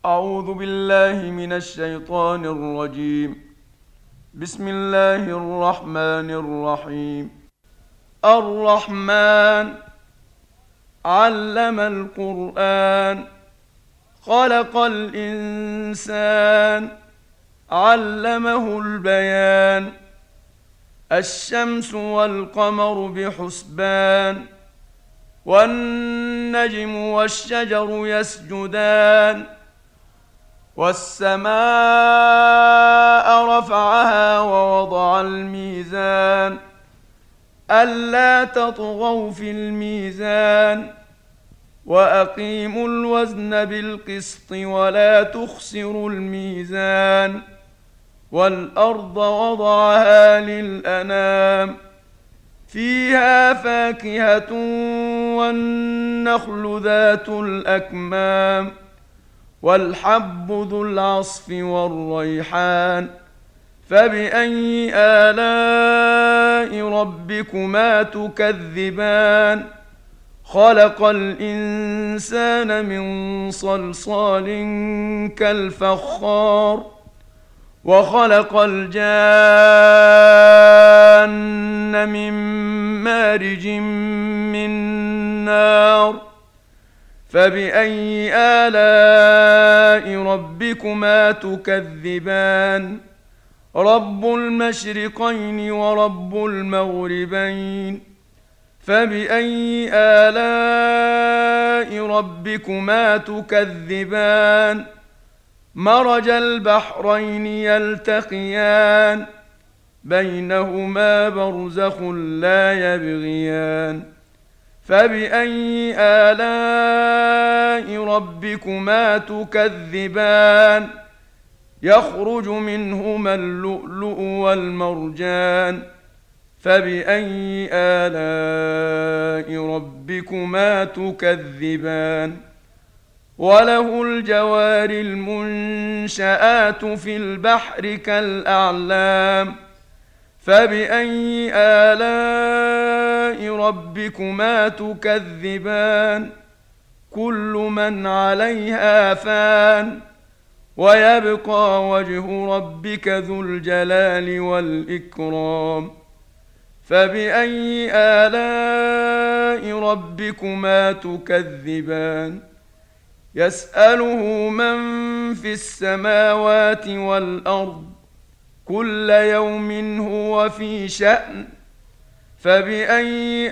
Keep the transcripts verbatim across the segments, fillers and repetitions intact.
أعوذ بالله من الشيطان الرجيم. بسم الله الرحمن الرحيم. الرحمن علم القرآن خلق الإنسان علمه البيان. الشمس والقمر بحسبان والنجم والشجر يسجدان والسماء رفعها ووضع الميزان ألا تطغوا في الميزان وأقيموا الوزن بالقسط ولا تخسروا الميزان. والأرض وضعها للأنام فيها فاكهة والنخل ذات الأكمام والحب ذو العصف والريحان. فبأي آلاء ربكما تكذبان؟ خلق الإنسان من صلصال كالفخار وخلق الجان من مارج من نار. فبأي آلاء ربكما تكذبان؟ رب المشرقين ورب المغربين. فبأي آلاء ربكما تكذبان؟ مرج البحرين يلتقيان بينهما برزخ لا يبغيان. فبأي آلاء ربكما تكذبان؟ يخرج منهما اللؤلؤ والمرجان. فبأي آلاء ربكما تكذبان؟ وله الجوار المنشآت في البحر كالأعلام. فبأي آلاء ربكما تكذبان؟ كل من عليها فان ويبقى وجه ربك ذو الجلال والإكرام. فبأي آلاء ربكما تكذبان؟ يسأله من في السماوات والأرض كل يوم هو في شأن. فبأي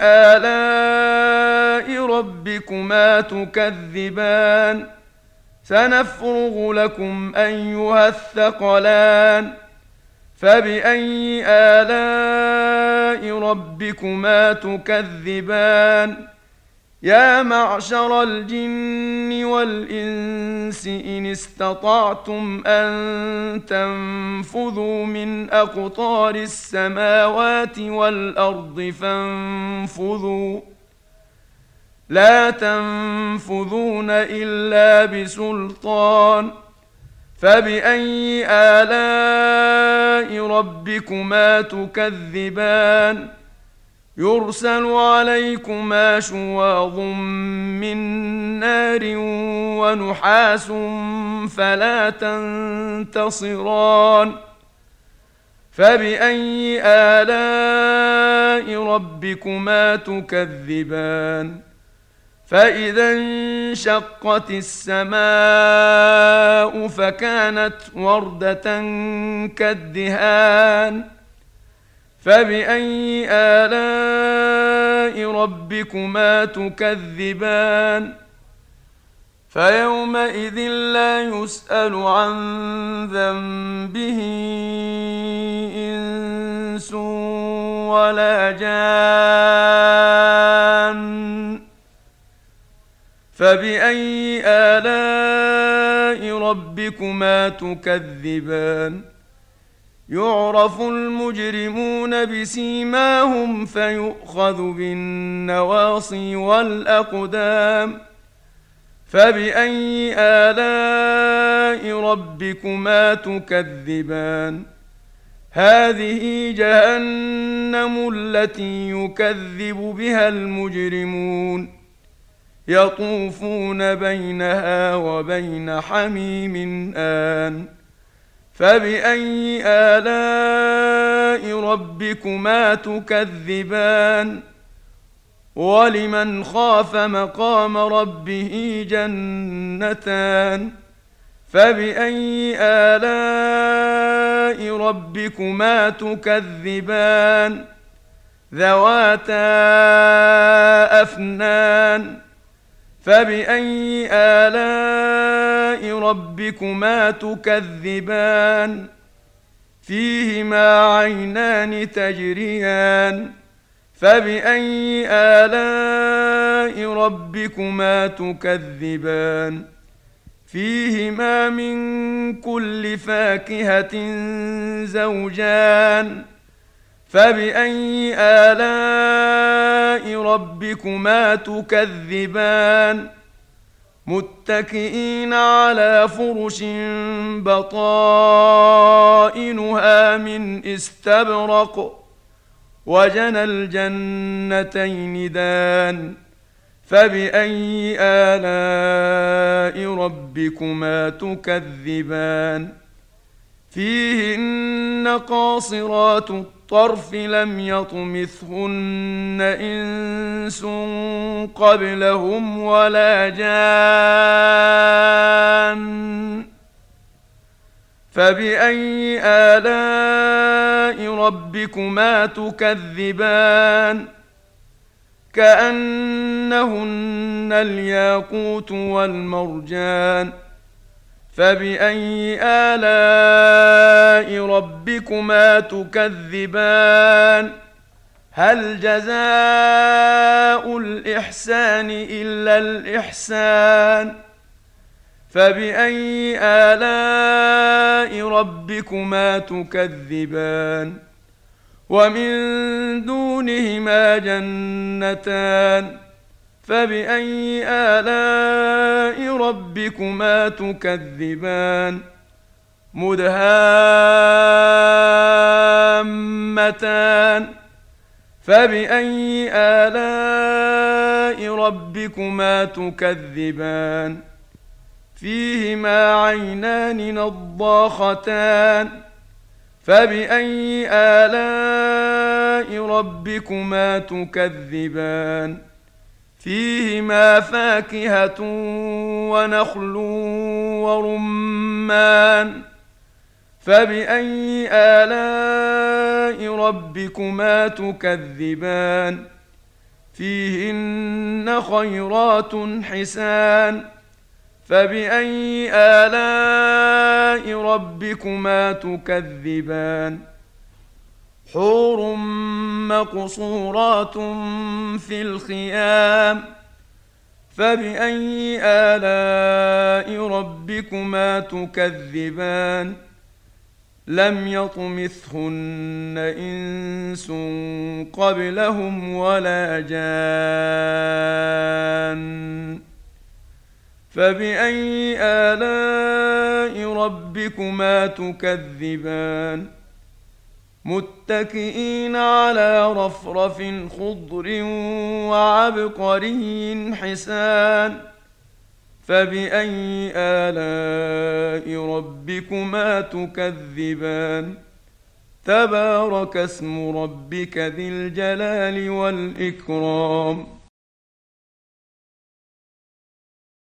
آلاء ربكما تكذبان؟ سنفرغ لكم أيها الثقلان. فبأي آلاء ربكما تكذبان؟ يا معشر الجن والإنس إن استطعتم أن تنفذوا من أقطار السماوات والأرض فانفذوا لا تنفذون إلا بسلطان. فبأي آلاء ربكما تكذبان؟ يرسل عليكما شواظ من نار ونحاس فلا تنتصران. فبأي آلاء ربكما تكذبان؟ فإذا انشقت السماء فكانت وردة كالدهان. فبأي آلاء ربكما تكذبان؟ فيومئذ لا يسأل عن ذنبه إنس ولا جان. فبأي آلاء ربكما تكذبان؟ يعرف المجرمون بسيماهم فيؤخذ بالنواصي والأقدام. فبأي آلاء ربكما تكذبان؟ هذه جهنم التي يكذب بها المجرمون. يطوفون بينها وبين حميم آن فبأي آلاء ربكما تكذبان ولمن خاف مقام ربه جنتان فبأي آلاء ربكما تكذبان ذواتا أفنان فبأي آلاء ربكما تكذبان فيهما عينان تجريان فبأي آلاء ربكما تكذبان فيهما من كل فاكهة زوجان فبأي آلاء ربكما تكذبان متكئين على فرش بطائنها من استبرق وجنى الجنتين دان فبأي آلاء ربكما تكذبان فيهن قاصرات الطرف لم يطمثهن إنس قبلهم ولا جان فبأي آلاء ربكما تكذبان كأنهن الياقوت والمرجان فبأي آلاء ربكما تكذبان هل جزاء الإحسان إلا الإحسان فبأي آلاء ربكما تكذبان ومن دونهما جنتان فبأي آلاء ربكما تكذبان مدهامتان فبأي آلاء ربكما تكذبان فيهما عينان نضاختان فبأي آلاء ربكما تكذبان فيهما فاكهة ونخل ورمان فبأي آلاء ربكما تكذبان فيهن خيرات حسان فبأي آلاء ربكما تكذبان حور مقصورات في الخيام فبأي آلاء ربكما تكذبان لم يطمثهن إنس قبلهم ولا جان فبأي آلاء ربكما تكذبان متكئين على رفرف خضر وعبقري حسان فبأي آلاء ربكما تكذبان تبارك اسم ربك ذي الجلال والإكرام